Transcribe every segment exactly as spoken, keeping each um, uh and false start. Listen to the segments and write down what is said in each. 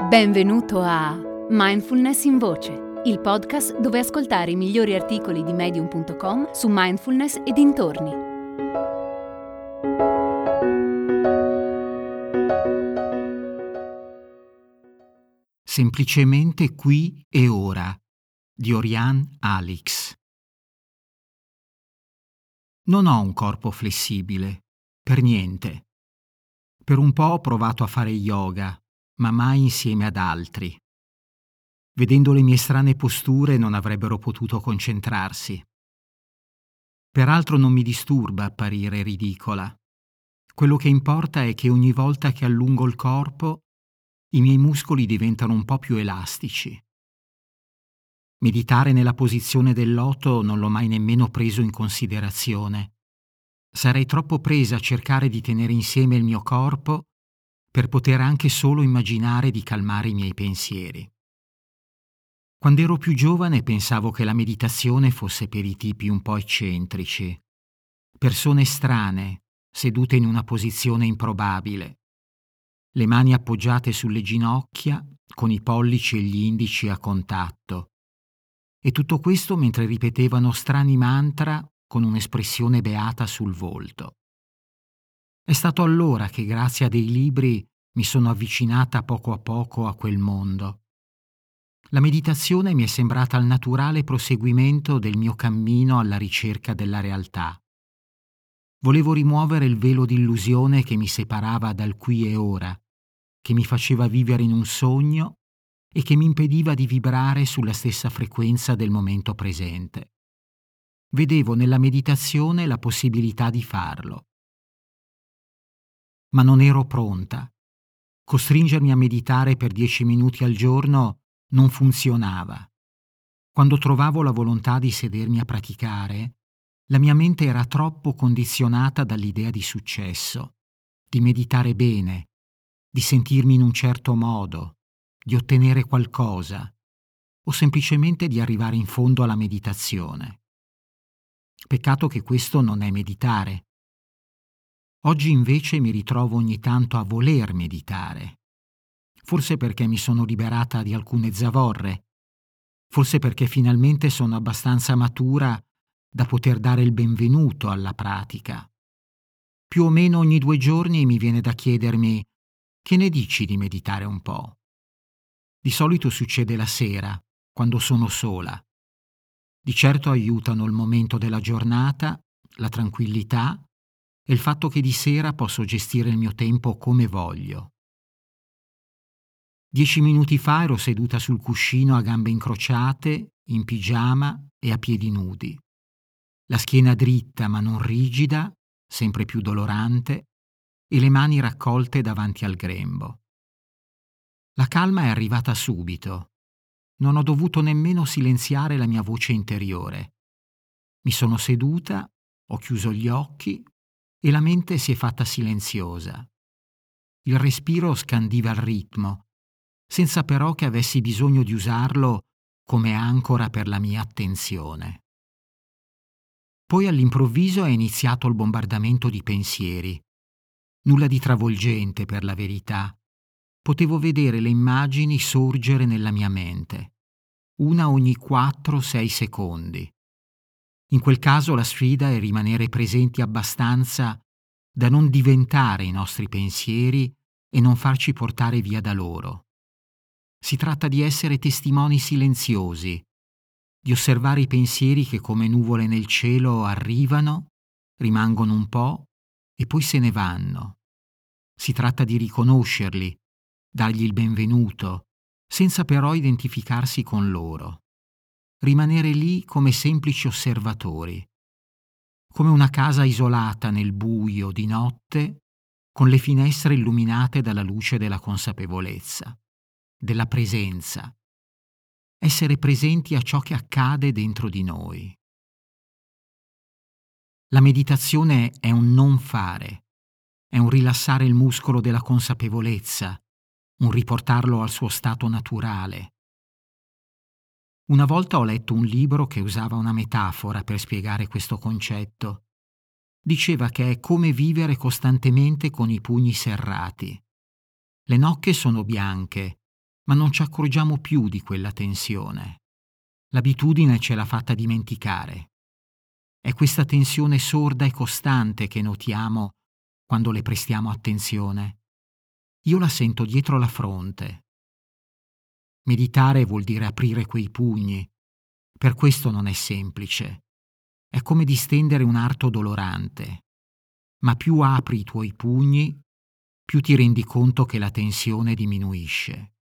Benvenuto a Mindfulness in Voce, il podcast dove ascoltare i migliori articoli di medium punto com su mindfulness e dintorni. Semplicemente qui e ora di Oriane Alix. Non ho un corpo flessibile, per niente. Per un po' ho provato a fare yoga, ma mai insieme ad altri. Vedendo le mie strane posture non avrebbero potuto concentrarsi. Peraltro non mi disturba apparire ridicola. Quello che importa è che ogni volta che allungo il corpo, i miei muscoli diventano un po' più elastici. Meditare nella posizione del loto non l'ho mai nemmeno preso in considerazione. Sarei troppo presa a cercare di tenere insieme il mio corpo per poter anche solo immaginare di calmare i miei pensieri. Quando ero più giovane pensavo che la meditazione fosse per i tipi un po' eccentrici, persone strane, sedute in una posizione improbabile, le mani appoggiate sulle ginocchia, con i pollici e gli indici a contatto, e tutto questo mentre ripetevano strani mantra con un'espressione beata sul volto. È stato allora che grazie a dei libri mi sono avvicinata poco a poco a quel mondo. La meditazione mi è sembrata il naturale proseguimento del mio cammino alla ricerca della realtà. Volevo rimuovere il velo di illusione che mi separava dal qui e ora, che mi faceva vivere in un sogno e che mi impediva di vibrare sulla stessa frequenza del momento presente. Vedevo nella meditazione la possibilità di farlo. Ma non ero pronta. Costringermi a meditare per dieci minuti al giorno non funzionava. Quando trovavo la volontà di sedermi a praticare, la mia mente era troppo condizionata dall'idea di successo, di meditare bene, di sentirmi in un certo modo, di ottenere qualcosa, o semplicemente di arrivare in fondo alla meditazione. Peccato che questo non è meditare. Oggi invece mi ritrovo ogni tanto a voler meditare. Forse perché mi sono liberata di alcune zavorre, forse perché finalmente sono abbastanza matura da poter dare il benvenuto alla pratica. Più o meno ogni due giorni mi viene da chiedermi: che ne dici di meditare un po'? Di solito succede la sera, quando sono sola. Di certo aiutano il momento della giornata, la tranquillità e il fatto che di sera posso gestire il mio tempo come voglio. Dieci minuti fa ero seduta sul cuscino a gambe incrociate, in pigiama e a piedi nudi. La schiena dritta ma non rigida, sempre più dolorante, e le mani raccolte davanti al grembo. La calma è arrivata subito. Non ho dovuto nemmeno silenziare la mia voce interiore. Mi sono seduta, ho chiuso gli occhi e la mente si è fatta silenziosa. Il respiro scandiva il ritmo, senza però che avessi bisogno di usarlo come ancora per la mia attenzione. Poi all'improvviso è iniziato il bombardamento di pensieri. Nulla di travolgente, per la verità. Potevo vedere le immagini sorgere nella mia mente, una ogni quattro sei secondi. In quel caso la sfida è rimanere presenti abbastanza da non diventare i nostri pensieri e non farci portare via da loro. Si tratta di essere testimoni silenziosi, di osservare i pensieri che come nuvole nel cielo arrivano, rimangono un po' e poi se ne vanno. Si tratta di riconoscerli, dargli il benvenuto, senza però identificarsi con loro. Rimanere lì come semplici osservatori, come una casa isolata nel buio di notte, con le finestre illuminate dalla luce della consapevolezza, della presenza. Essere presenti a ciò che accade dentro di noi. La meditazione è un non fare, è un rilassare il muscolo della consapevolezza, un riportarlo al suo stato naturale. Una volta ho letto un libro che usava una metafora per spiegare questo concetto. Diceva che è come vivere costantemente con i pugni serrati. Le nocche sono bianche, ma non ci accorgiamo più di quella tensione. L'abitudine ce l'ha fatta dimenticare. È questa tensione sorda e costante che notiamo quando le prestiamo attenzione. Io la sento dietro la fronte. Meditare vuol dire aprire quei pugni. Per questo non è semplice. È come distendere un arto dolorante. Ma più apri i tuoi pugni, più ti rendi conto che la tensione diminuisce.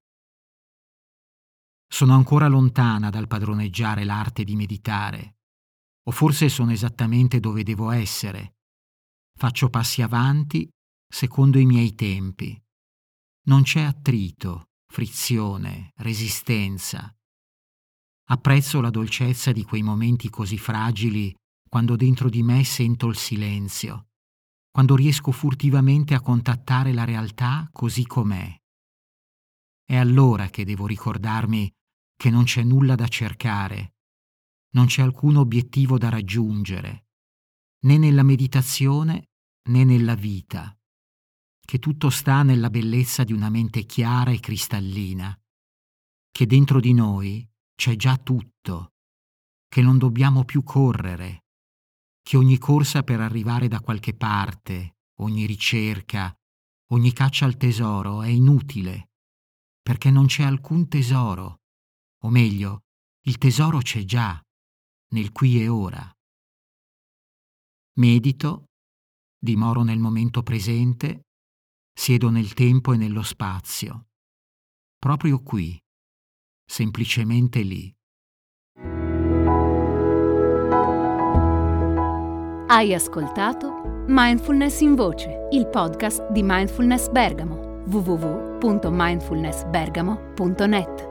Sono ancora lontana dal padroneggiare l'arte di meditare, o forse sono esattamente dove devo essere. Faccio passi avanti secondo i miei tempi. Non c'è attrito, frizione, resistenza. Apprezzo la dolcezza di quei momenti così fragili quando dentro di me sento il silenzio, quando riesco furtivamente a contattare la realtà così com'è. È allora che devo ricordarmi che non c'è nulla da cercare, non c'è alcun obiettivo da raggiungere, né nella meditazione né nella vita, che tutto sta nella bellezza di una mente chiara e cristallina, che dentro di noi c'è già tutto, che non dobbiamo più correre, che ogni corsa per arrivare da qualche parte, ogni ricerca, ogni caccia al tesoro è inutile, perché non c'è alcun tesoro, o meglio, il tesoro c'è già, nel qui e ora. Medito, dimoro nel momento presente, siedo nel tempo e nello spazio, proprio qui, semplicemente lì. Hai ascoltato Mindfulness in Voce, il podcast di Mindfulness Bergamo, w w w punto mindfulness bergamo punto net.